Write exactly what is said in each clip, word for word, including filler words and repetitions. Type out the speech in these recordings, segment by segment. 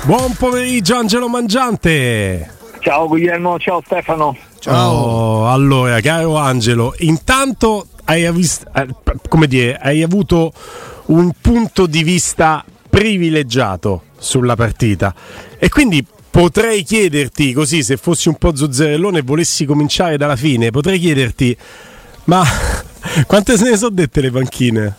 Buon pomeriggio Angelo Mangiante. Ciao Guglielmo, ciao Stefano. Ciao. Oh, allora, caro Angelo, intanto hai, avvist- come dire, hai avuto un punto di vista privilegiato sulla partita e quindi potrei chiederti, così se fossi un po' zuzzerellone e volessi cominciare dalla fine, potrei chiederti, ma quante se ne sono dette le panchine?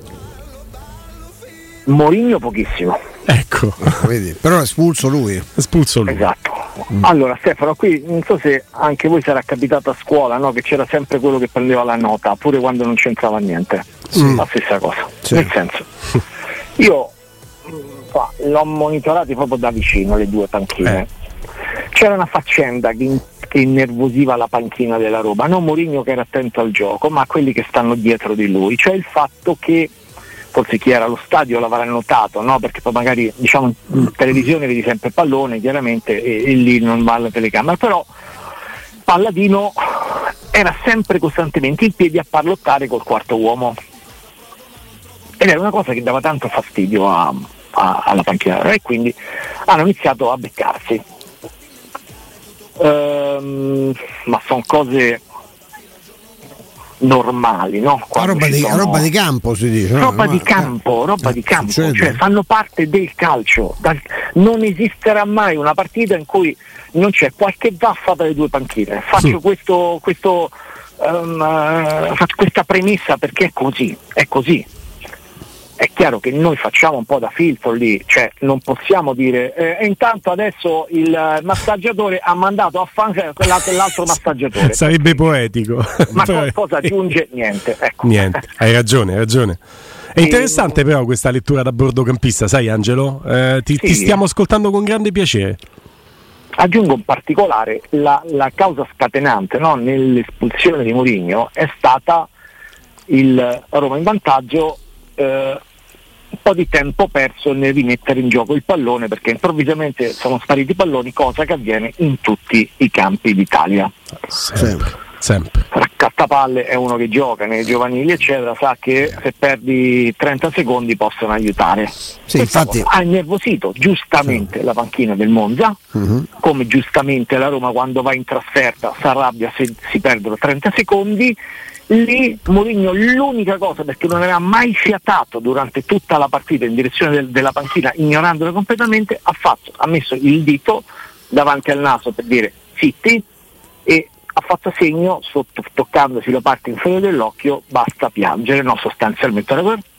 Mourinho pochissimo. Ecco, vedi, però è espulso lui. È espulso lui. Esatto. Mm. Allora Stefano, qui non so se anche voi sarà capitato a scuola, no? Che c'era sempre quello che prendeva la nota, pure quando non c'entrava niente. Sì. La stessa cosa. Sì. Nel senso, io qua, l'ho monitorati proprio da vicino le due panchine. Eh. C'era una faccenda che, che innervosiva la panchina della Roma, non Mourinho che era attento al gioco, ma quelli che stanno dietro di lui, cioè il fatto che forse chi era allo stadio l'avrà notato, no? Perché poi magari diciamo in televisione vedi sempre il pallone chiaramente e, e lì non va alla telecamera, però Palladino era sempre costantemente in piedi a parlottare col quarto uomo ed era una cosa che dava tanto fastidio a, a, alla panchina e quindi hanno iniziato a beccarsi. Ehm, ma sono cose normali, no? Roba di, sono... roba di campo si dice, no? roba di campo, roba eh, di campo, succede. Cioè fanno parte del calcio. Non esisterà mai una partita in cui non c'è qualche vaffa dalle due panchine. Faccio sì. questo, questo um, uh, faccio questa premessa perché è così, è così. È chiaro che noi facciamo un po' da filtro lì, cioè non possiamo dire eh, e intanto adesso il massaggiatore ha mandato a fan l'altro, l'altro massaggiatore. Sarebbe poetico. Ma co- cosa aggiunge? Niente. Ecco. Niente, hai ragione, hai ragione. È interessante e... però questa lettura da bordocampista, sai Angelo? Eh, ti, sì. ti stiamo ascoltando con grande piacere. Aggiungo in particolare la, la causa scatenante, no, nell'espulsione di Mourinho è stata il Roma in vantaggio eh, un po' di tempo perso nel rimettere in gioco il pallone perché improvvisamente sono spariti i palloni, cosa che avviene in tutti i campi d'Italia. Sempre, sempre. Raccattapalle è uno che gioca nei giovanili eccetera, sa che se perdi trenta secondi possono aiutare. Sì, infatti... ha innervosito giustamente sì. la panchina del Monza, uh-huh. come giustamente la Roma quando va in trasferta si arrabbia se si perdono trenta secondi. Lì Mourinho l'unica cosa, perché non aveva mai fiatato durante tutta la partita in direzione del, della panchina, ignorandola completamente, ha fatto, ha messo il dito davanti al naso per dire zitti e ha fatto segno, sotto, toccandosi la parte inferiore dell'occhio, basta piangere, no, sostanzialmente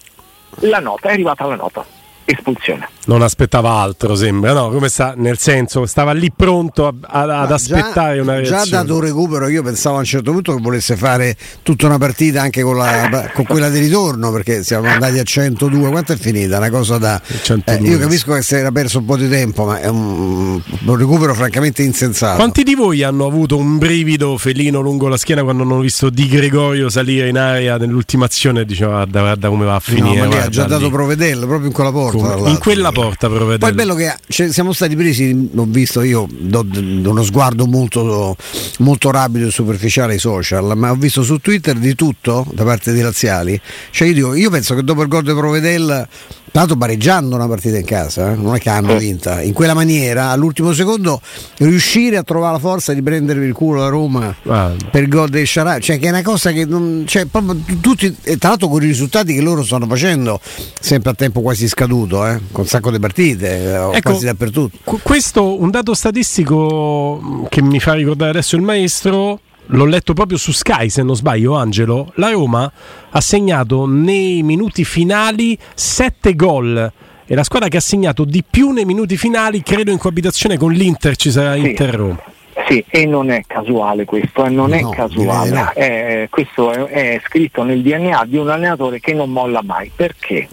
la nota, è arrivata la nota. Espulsione. Non aspettava altro, sembra, no? Come sta, nel senso, stava lì pronto a, a, ad aspettare già, una reazione. Già dato un recupero, io pensavo a un certo punto che volesse fare tutta una partita anche con, la, con quella di ritorno, perché siamo andati a centodue. Quanto è finita? Una cosa da. Eh, io capisco che si era perso un po' di tempo, ma è un, un recupero francamente insensato. Quanti di voi hanno avuto un brivido felino lungo la schiena quando hanno visto Di Gregorio salire in area nell'ultima azione e diceva guarda, guarda come va a finire? No, ma lì ha già dato Provedello proprio in quella porta. In quella porta però poi è bello che cioè, siamo stati presi, l'ho visto io, do, do uno sguardo molto, molto rapido e superficiale ai social, ma ho visto su Twitter di tutto da parte dei laziali. Cioè io dico, io penso che dopo il gol di Provedel, tra l'altro pareggiando una partita in casa, eh? non è che hanno vinta in quella maniera, all'ultimo secondo riuscire a trovare la forza di prendervi il culo la Roma ah. per il gol del Sciarà, cioè che è una cosa che non, cioè proprio tutti, e tra l'altro con i risultati che loro stanno facendo sempre a tempo quasi scaduto, eh? con un sacco di partite, ecco, quasi dappertutto. Questo un dato statistico che mi fa ricordare adesso il maestro. L'ho letto proprio su Sky, se non sbaglio, Angelo. La Roma ha segnato nei minuti finali sette gol. È la squadra che ha segnato di più nei minuti finali, credo in coabitazione con l'Inter ci sarà sì. Inter-Roma. Sì, e non è casuale questo, eh, non no, è casuale. Eh, no. eh, questo è, è scritto nel D N A di un allenatore che non molla mai. Perché?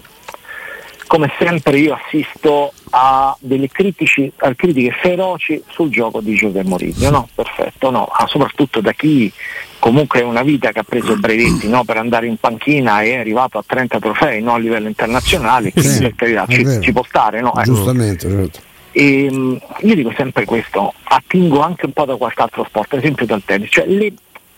Come sempre io assisto a delle critici, a critiche feroci sul gioco di José Mourinho, no? Perfetto, no? Ah, soprattutto da chi comunque è una vita che ha preso brevetti, no? Per andare in panchina e è arrivato a trenta trofei, no? A livello internazionale, quindi sì, per carità, ci, ci può stare, no? Giustamente, eh. certo. E, io dico sempre questo, attingo anche un po' da qualche altro sport, ad esempio dal tennis, cioè le,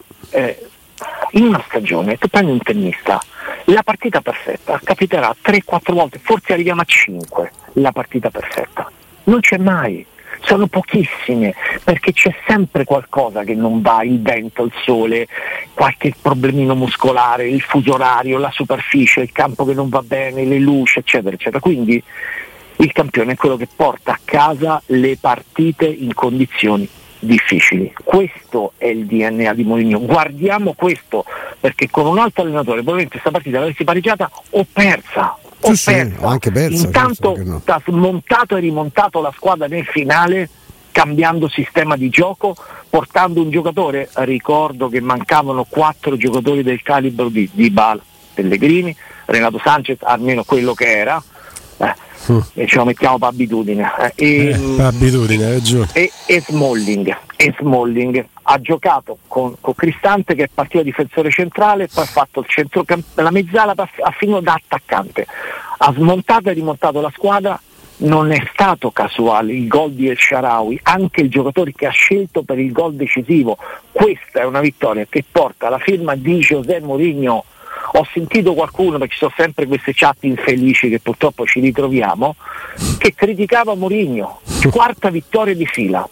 eh, in una stagione tu prendi un tennista, la partita perfetta capiterà tre quattro volte, forse arriviamo a cinque, la partita perfetta. non c'è mai, sono pochissime, perché c'è sempre qualcosa che non va, il vento, il sole, qualche problemino muscolare, il fuso orario, la superficie, il campo che non va bene, le luci, eccetera, eccetera. Quindi il campione è quello che porta a casa le partite in condizioni difficili. Questo è il D N A di Mourinho. Guardiamo questo, perché con un altro allenatore probabilmente questa partita l'avessi pareggiata o persa. O sì, persa. Sì, anche persa. Intanto no. ha smontato e rimontato la squadra nel finale, cambiando sistema di gioco, portando un giocatore, ricordo che mancavano quattro giocatori del calibro di Dybala, Pellegrini, Renato Sanchez, almeno quello che era, eh, mm. e ce lo mettiamo per abitudine, eh, e, eh, abitudine e, e Smalling, e Smalling ha giocato con, con Cristante, che è partito difensore centrale, poi ha fatto il centrocampo, la mezzala, ha finito da attaccante, ha smontato e rimontato la squadra. Non è stato casuale il gol di El Shaarawy, anche il giocatore che ha scelto per il gol decisivo. Questa è una vittoria che porta la firma di José Mourinho. Ho sentito qualcuno, perché ci sono sempre queste chat infelici che purtroppo ci ritroviamo, che criticava Mourinho. Quarta vittoria di fila,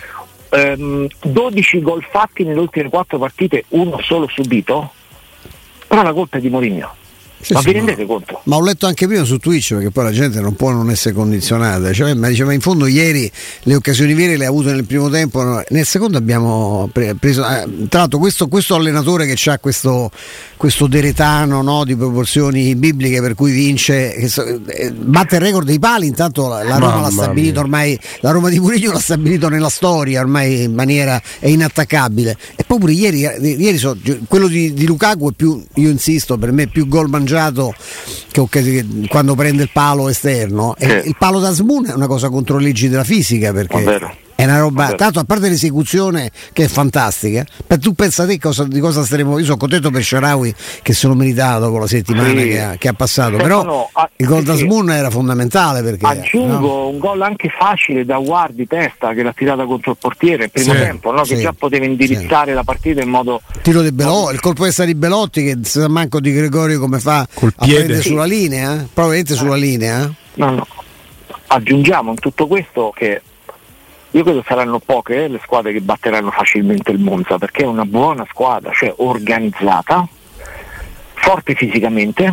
ehm, dodici gol fatti nelle ultime quattro partite, uno solo subito, però la colpa è di Mourinho. Sì, ma sì, vi rendete ma, conto? Ma ho letto anche prima su Twitch, perché poi la gente non può non essere condizionata, cioè, ma diceva in fondo ieri le occasioni vere le ha avute nel primo tempo, no? Nel secondo abbiamo preso, eh, tra l'altro questo, questo allenatore che ha questo, questo deretano, no, di proporzioni bibliche, per cui vince, che so, eh, batte il record dei pali. Intanto la, la Roma Mamma l'ha stabilito mia. ormai, la Roma di Mourinho l'ha stabilito nella storia ormai in maniera è inattaccabile. E poi pure ieri, ieri so, quello di, di Lukaku è più, io insisto, per me è più gol mangiato che, che quando prende il palo esterno, sì. E il palo da Asmun è una cosa contro le leggi della fisica, perché è una roba, tanto a parte l'esecuzione che è fantastica, per tu pensa te cosa, di cosa staremo. Io sono contento per Shaarawy che se lo meritava dopo la settimana sì. che, ha, che ha passato, però no, a, il gol sì, da Asmun era fondamentale, perché aggiungo no? un gol anche facile da War di testa, che l'ha tirata contro il portiere il primo sì, tempo, no? Che sì, già poteva indirizzare sì. la partita in modo tiro di Belotti, il colpo di di Belotti, che sa manco di Gregorio come fa col a piede prendere sì. sulla linea, probabilmente eh. sulla linea. No, no. Aggiungiamo in tutto questo che io credo saranno poche eh, le squadre che batteranno facilmente il Monza, perché è una buona squadra, cioè organizzata, forte fisicamente,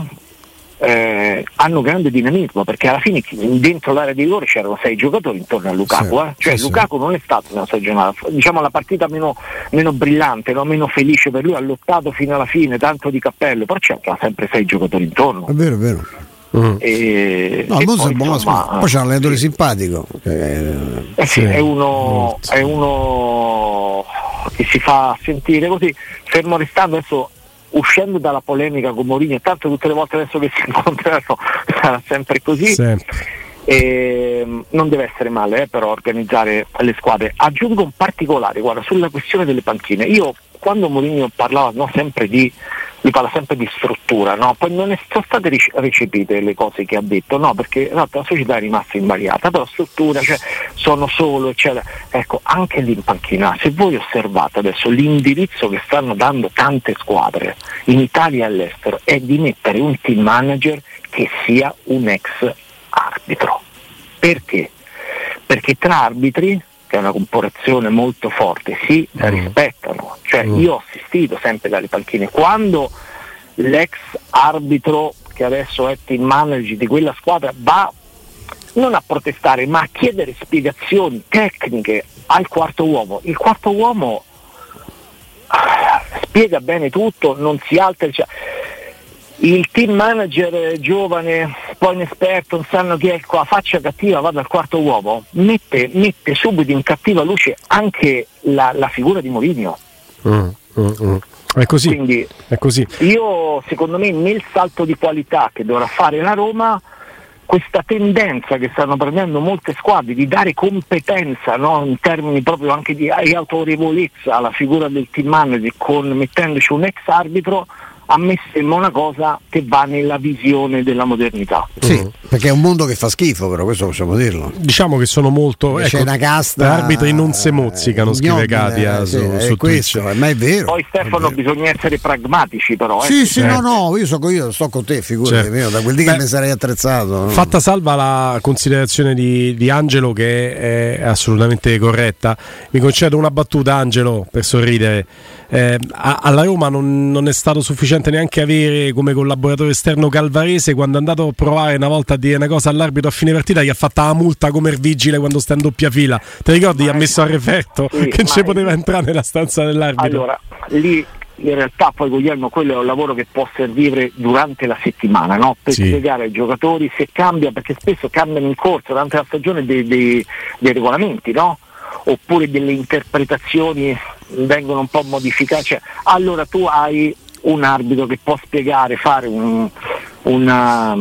eh, hanno grande dinamismo, perché alla fine dentro l'area di rigore c'erano sei giocatori intorno a Lukaku, sì, eh? cioè sì, Lukaku sì. non è stato una stagionata, diciamo la partita meno, meno brillante, no? meno felice per lui, ha lottato fino alla fine, tanto di cappello, però c'è sempre sei giocatori intorno. È vero, è vero. Mm. E, no, e poi, poi, insomma, insomma, poi c'è un allenatore sì. simpatico eh, sì, sì. È, uno, è uno che si fa sentire così, fermo restando adesso, uscendo dalla polemica con Mourinho, tanto tutte le volte adesso che si incontreranno sarà sempre così, sempre. E, non deve essere male eh, però organizzare le squadre. Aggiungo un particolare, guarda, sulla questione delle panchine. Io quando Mourinho parlava no, sempre di lui parla sempre di struttura, no? Poi non è, sono state recepite le cose che ha detto, no? Perché no, la società è rimasta invariata, però struttura, cioè sono solo, eccetera. Ecco, anche lì in panchina, se voi osservate adesso l'indirizzo che stanno dando tante squadre in Italia e all'estero è di mettere un team manager che sia un ex arbitro. Perché? Perché tra arbitri, che è una corporazione molto forte, si mm. rispettano, cioè mm. io ho assistito sempre dalle panchine, quando l'ex arbitro che adesso è team manager di quella squadra va non a protestare ma a chiedere spiegazioni tecniche al quarto uomo, il quarto uomo ah, spiega bene tutto, non si altera, cioè, il team manager giovane, poi inesperto, non sanno chi è, con la faccia cattiva va dal quarto uomo, mette, mette subito in cattiva luce anche la, la figura di Mourinho. Mm, mm, mm. È così. Quindi è così. Io secondo me nel salto di qualità che dovrà fare la Roma, questa tendenza che stanno prendendo molte squadre di dare competenza, no, in termini proprio anche di autorevolezza alla figura del team manager, con mettendoci un ex arbitro, a me sembra una cosa che va nella visione della modernità. Sì, mm. perché è un mondo che fa schifo, però questo possiamo dirlo. Diciamo che sono molto, ecco, c'è una casta, arbitri non se mozzicano, eh, scrive Katia eh, su, sì, su questo, Twitch. Ma è vero. Poi Stefano bisogna essere pragmatici, però. Sì, eh. sì, certo. no, no, io so io sto con te, figurati, certo. Da quel dì che mi sarei attrezzato. No? Fatta salva la considerazione di, di Angelo, che è assolutamente corretta. Mi concedo una battuta, Angelo, per sorridere. Eh, a, alla Roma non, non è stato sufficiente neanche avere come collaboratore esterno Calvarese. Quando è andato a provare una volta a dire una cosa all'arbitro a fine partita, gli ha fatta la multa come il vigile quando sta in doppia fila. Ti ricordi? Gli ha messo a referto sì, che non ci poteva entrare nella stanza dell'arbitro. Allora, lì in realtà poi Guglielmo quello è un lavoro che può servire durante la settimana, no? Per sì. spiegare ai giocatori se cambia, perché spesso cambiano in corso durante la stagione dei, dei, dei regolamenti, no? Oppure delle interpretazioni vengono un po' modificate, cioè, allora tu hai un arbitro che può spiegare, fare un, una,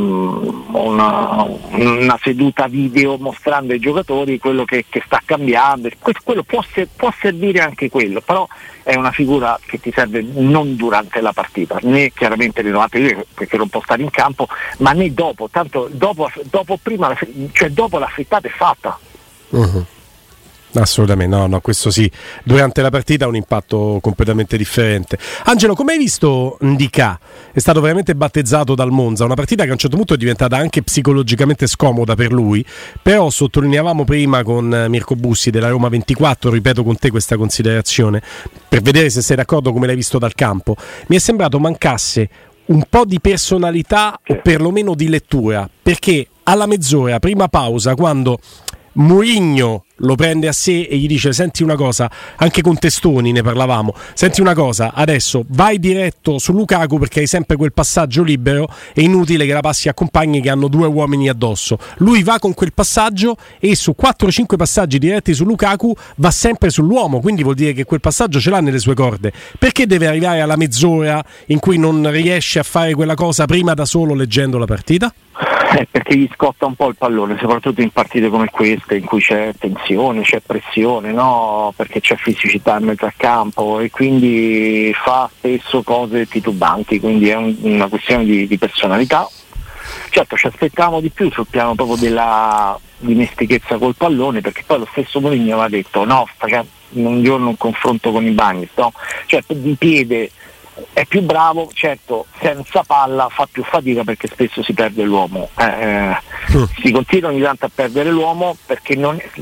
una, una seduta video mostrando ai giocatori quello che, che sta cambiando, quello può, ser, può servire anche quello, però è una figura che ti serve non durante la partita, né chiaramente rinnovate perché non può stare in campo, ma né dopo, tanto dopo, dopo prima, cioè dopo la frittata è fatta. Uh-huh. Assolutamente, no, no, questo sì, durante la partita ha un impatto completamente differente. Angelo, come hai visto Ndicà? È stato veramente battezzato dal Monza, una partita che a un certo punto è diventata anche psicologicamente scomoda per lui, però sottolineavamo prima con Mirko Bussi della Roma ventiquattro, ripeto con te questa considerazione, per vedere se sei d'accordo come l'hai visto dal campo, mi è sembrato mancasse un po' di personalità o perlomeno di lettura, perché alla mezz'ora, prima pausa, quando Mourinho lo prende a sé e gli dice: senti una cosa, anche con Testoni ne parlavamo, senti una cosa, adesso vai diretto su Lukaku perché hai sempre quel passaggio libero, è inutile che la passi a compagni che hanno due uomini addosso. Lui va con quel passaggio e su quattro cinque passaggi diretti su Lukaku va sempre sull'uomo, quindi vuol dire che quel passaggio ce l'ha nelle sue corde. Perché deve arrivare alla mezz'ora in cui non riesce a fare quella cosa prima da solo leggendo la partita? Eh, perché gli scotta un po' il pallone, soprattutto in partite come queste in cui c'è tensione, c'è pressione, no? Perché c'è fisicità in mezzo al campo e quindi fa spesso cose titubanti, quindi è un, una questione di, di personalità. Certo, ci aspettavamo di più sul piano proprio della dimestichezza col pallone, perché poi lo stesso Mourinho aveva detto no, facciamo un giorno un confronto con i Bagnis, no? Cioè di piede è più bravo, certo senza palla fa più fatica perché spesso si perde l'uomo, eh, mm. si continua ogni tanto a perdere l'uomo perché non è,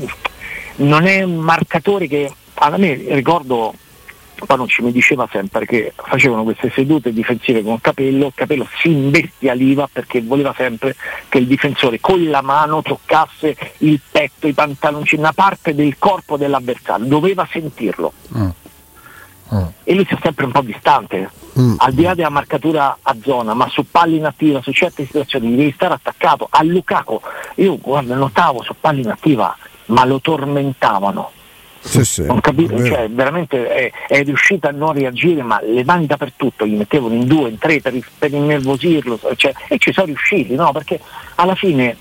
non è un marcatore che a me ricordo Panucci mi diceva sempre che facevano queste sedute difensive con Capello, Capello si imbestialiva perché voleva sempre che il difensore con la mano toccasse il petto, i pantaloncini, una parte del corpo dell'avversario, doveva sentirlo. Mm. Mm. E lui si è sempre un po' distante, mm. al di là della marcatura a zona, ma su palla inattiva, su certe situazioni devi stare attaccato. A Lukaku io guarda notavo su palla inattiva ma lo tormentavano, sì, sì, non capito, cioè veramente è, è riuscito a non reagire, ma le mani dappertutto, gli mettevano in due, in tre per, per innervosirlo, cioè, e ci sono riusciti, no? Perché alla fine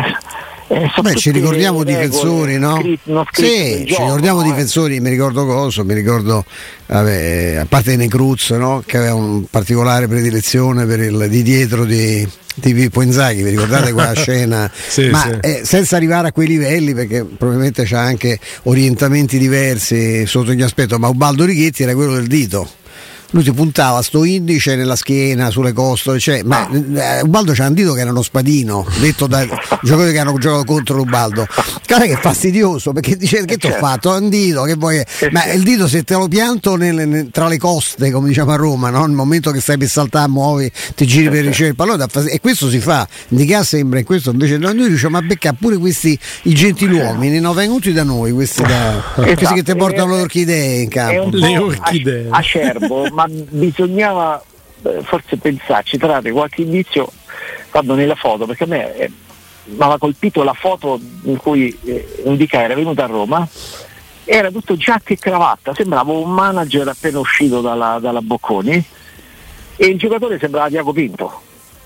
Eh, Beh, ci ricordiamo difensori, no? Scritto, sì, ci ricordiamo no, difensori, eh. mi ricordo Coso, mi ricordo vabbè, a parte Necruz, no? Che aveva un particolare predilezione per il di dietro di, di Pippo Inzaghi, vi ricordate quella scena? Sì, ma sì. Eh, senza arrivare a quei livelli, perché probabilmente c'ha anche orientamenti diversi sotto ogni aspetto, ma Ubaldo Righetti era quello del dito. Lui ti puntava sto indice nella schiena, sulle costole, cioè, ma eh, Ubaldo c'ha un dito che era uno spadino, detto da giocatori che hanno giocato contro Ubaldo. Cara che è fastidioso, perché dice che ti ho fatto? Un dito, che vuoi? Ma il dito se te lo pianto nel, nel, tra le coste, come diciamo a Roma, no? Nel momento che stai per saltare, muovi, ti giri per ricevere il pallone, e questo si fa. Ndicà sembra, in questo invece noi riusciamo a beccare pure questi i gentiluomini, no? Venuti da noi, questi, da, esatto. questi che ti portano le orchidee in campo. Le orchidee. Acerbo, ma bisognava eh, forse pensarci, trarre qualche indizio quando nella foto, perché a me eh, mi aveva colpito la foto in cui eh, Ndicà era venuto a Roma, era tutto giacca e cravatta, sembrava un manager appena uscito dalla, dalla Bocconi, e il giocatore sembrava Tiago Pinto.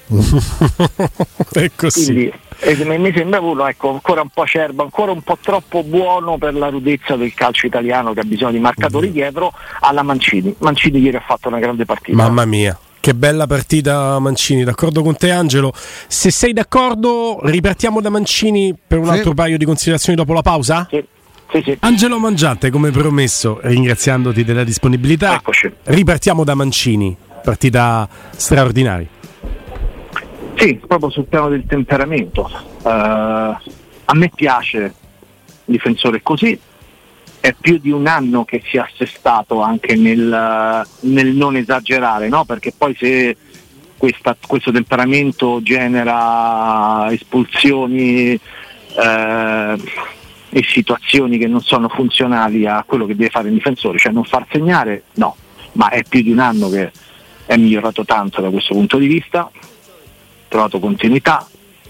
È così. Quindi, eh, mi sembra uno, ecco, ancora un po' acerbo, ancora un po' troppo buono per la rudezza del calcio italiano, che ha bisogno di marcatori mm. dietro, alla Mancini. Mancini ieri ha fatto una grande partita. Mamma mia, che Che bella partita Mancini, d'accordo con te Angelo. Se sei d'accordo ripartiamo da Mancini per un sì. altro paio di considerazioni dopo la pausa? Sì. Sì, sì. Angelo Mangiante, come promesso, ringraziandoti della disponibilità. Eccoci. Ripartiamo da Mancini, partita straordinaria. Sì, proprio sul piano del temperamento. Uh, a me piace difensore così. È più di un anno che si è assestato anche nel, nel non esagerare, no? Perché poi se questa, questo temperamento genera espulsioni eh, e situazioni che non sono funzionali a quello che deve fare il difensore, cioè non far segnare, no, ma è più di un anno che è migliorato tanto da questo punto di vista, ha trovato continuità,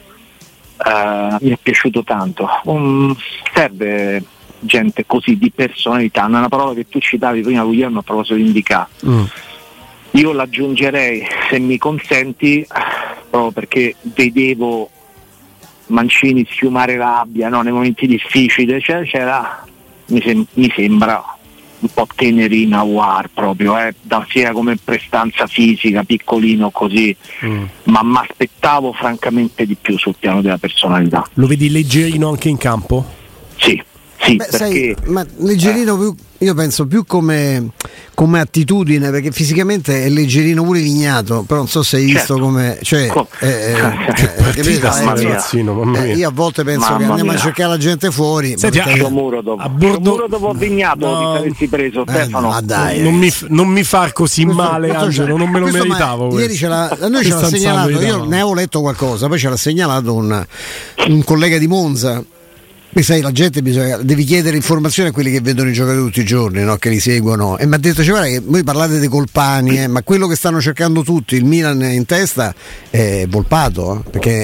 eh, mi è piaciuto tanto. Um, serve gente così di personalità, non è una parola che tu citavi prima Guglielmo a proposito di Indica. Mm. Io l'aggiungerei, se mi consenti, proprio perché vedevo Mancini sfiumare rabbia, no, nei momenti difficili, cioè, c'era mi, sem- mi sembra un po' Tenerina War proprio, eh, da, sia come prestanza fisica, piccolino così, mm. ma mi aspettavo francamente di più sul piano della personalità. Lo vedi leggerino anche in campo? Sì. Sì, Beh, perché... sai, ma leggerino, più, io penso più come, come attitudine, perché fisicamente è leggerino pure Vignato, però non so se hai visto certo. come cioè, Com- eh, che partita, eh, ragazzino, mamma mia. Eh, io a volte penso mamma che andiamo mia. a cercare la gente fuori. Senti, perché... a muro dopo, a bordo... muro dopo Vignato no. ti saresti preso eh, Stefano. No, dai, non, mi, non mi far così questo, male questo Angelo, non me lo meritavo. Ieri ce l'ha, noi ce l'ha segnalato, io ne avevo letto qualcosa, poi ce l'ha segnalato un, un collega di Monza. Mi sai, la gente bisogna, devi chiedere informazioni a quelli che vedono i giocatori tutti i giorni, no? Che li seguono, e mi ha detto, cioè, guarda che voi parlate dei Colpani, eh, ma quello che stanno cercando tutti, il Milan in testa, è Volpato, eh? Perché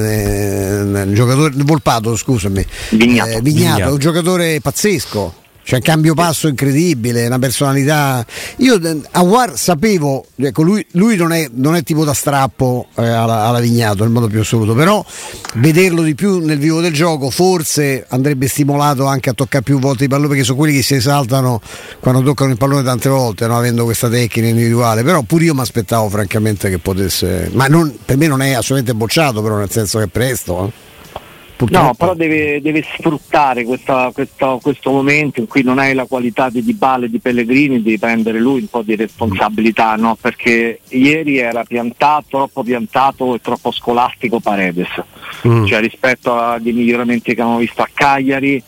è, è un giocatore Volpato, scusami, Vignato, eh, Vignato è un giocatore pazzesco. C'è un cambio passo incredibile, una personalità. Io a War sapevo, ecco, lui, lui non, è, non è tipo da strappo eh, alla, alla Vignato nel modo più assoluto, però vederlo di più nel vivo del gioco forse andrebbe stimolato anche a toccare più volte il pallone, perché sono quelli che si esaltano quando toccano il pallone tante volte, no? Avendo questa tecnica individuale. Però pure io mi aspettavo francamente che potesse, ma non, per me non è assolutamente bocciato, però nel senso che è presto. Eh. Purtroppo. No, però deve, deve sfruttare questa, questa, questo momento in cui non hai la qualità di Dybala e di Pellegrini, devi prendere lui un po' di responsabilità, no? Perché ieri era piantato, troppo piantato e troppo scolastico Paredes, mm. cioè rispetto agli miglioramenti che abbiamo visto a Cagliari,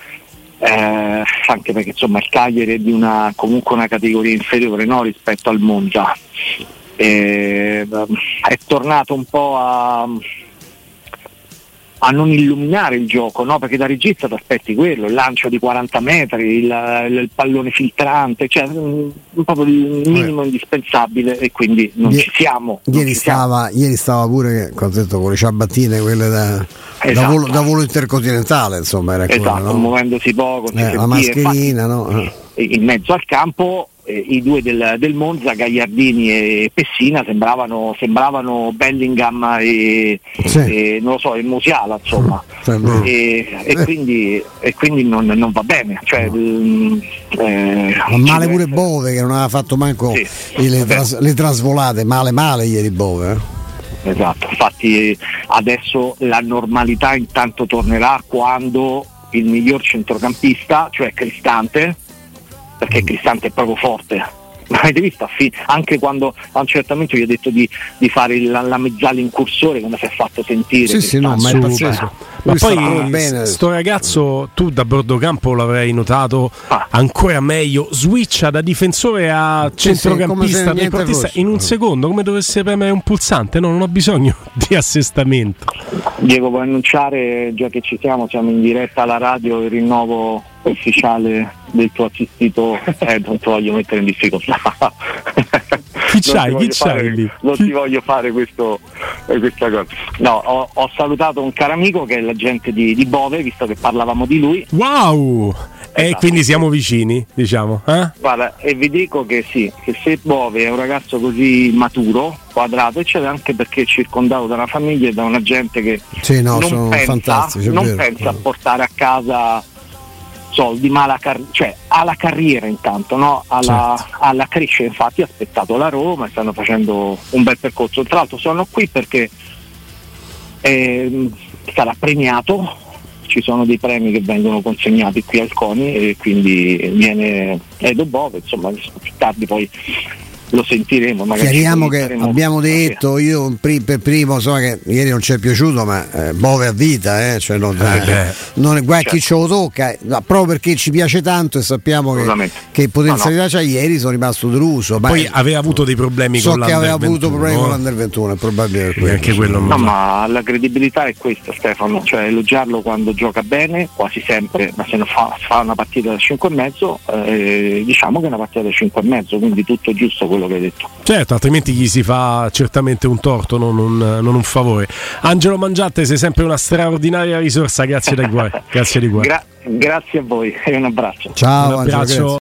eh, anche perché insomma il Cagliari è di una comunque una categoria inferiore, no? Rispetto al Monza, eh, è tornato un po' a a non illuminare il gioco, no? Perché da regista ti aspetti quello, il lancio di quaranta metri, il, il pallone filtrante, cioè un, proprio il minimo eh. indispensabile, e quindi non I- ci siamo. Non ieri, ci stava, siamo. ieri stava pure, quando ho detto, con le ciabattine, quelle da, esatto. da, volo, da volo intercontinentale, insomma, era esatto, quello, no? muovendosi poco, eh, la mascherina, infatti, no? in mezzo al campo eh, i due del, del Monza, Gagliardini e Pessina, sembravano, sembravano Bellingham e, sì. e non lo so, e Musiala, insomma, e, e quindi, e quindi non, non va bene, cioè, no. eh, ma male pure Bove, che non aveva fatto manco sì. le, tras- le trasvolate, male male ieri Bove, eh? Esatto, infatti adesso la normalità intanto tornerà quando il miglior centrocampista, cioè Cristante, perché Cristante è proprio forte, ma avete visto anche quando a un certo momento gli ho detto di, di fare la, la mezzala incursore, come si è fatto sentire. Sì, sì, no, ma è pazzesco. Ma poi bene. Sto ragazzo, tu da bordocampo l'avrei notato ah. ancora meglio, switcha da difensore a centrocampista, sì, sì, in un secondo, come dovesse premere un pulsante. No, non ho bisogno di assestamento. Diego, puoi annunciare, già che ci siamo, siamo in diretta alla radio, il rinnovo ufficiale del tuo assistito, eh, non ti voglio mettere in difficoltà. Chi c'hai? Chi c'hai lì? Non ti voglio fare questo, eh, questa cosa. No, ho, ho salutato un caro amico che è l'agente di, di Bove, visto che parlavamo di lui. Wow! E esatto. Quindi siamo vicini, diciamo. Eh? Guarda, e vi dico che sì, che se Bove è un ragazzo così maturo, quadrato, eccetera, anche perché è circondato da una famiglia e da una gente che sì, no, non pensa, non vero. pensa a portare a casa soldi, ma alla car- cioè alla carriera intanto, no? alla, certo. alla crescita. Infatti ha aspettato la Roma e stanno facendo un bel percorso. Tra l'altro sono qui perché eh, sarà premiato, ci sono dei premi che vengono consegnati qui al CONI e quindi viene Edo Bove, insomma più tardi poi lo sentiremo. Chiariamo che abbiamo detto, io per primo, insomma, che ieri non ci è piaciuto, ma eh, Bove a vita, eh, cioè non, eh, non è guai certo. chi ce lo tocca, no, proprio perché ci piace tanto e sappiamo che, che potenzialità no, no. c'ha. Ieri sono rimasto deluso. Poi ma aveva avuto dei problemi so con l'Under ventuno. So che aveva avuto problemi no? con l'Under ventuno, è probabile per anche quello non no, ma la credibilità è questa, Stefano, cioè elogiarlo quando gioca bene, quasi sempre, ma se non fa, fa una partita da cinque e mezzo, eh, diciamo che è una partita da cinque e mezzo, quindi tutto giusto quello che hai detto. Certo, altrimenti gli si fa certamente un torto, non un, non un favore. Angelo Mangiante, sei sempre una straordinaria risorsa, grazie di cuore. Grazie di cuore. Gra- grazie a voi e un abbraccio. Ciao, un abbraccio. Angelo,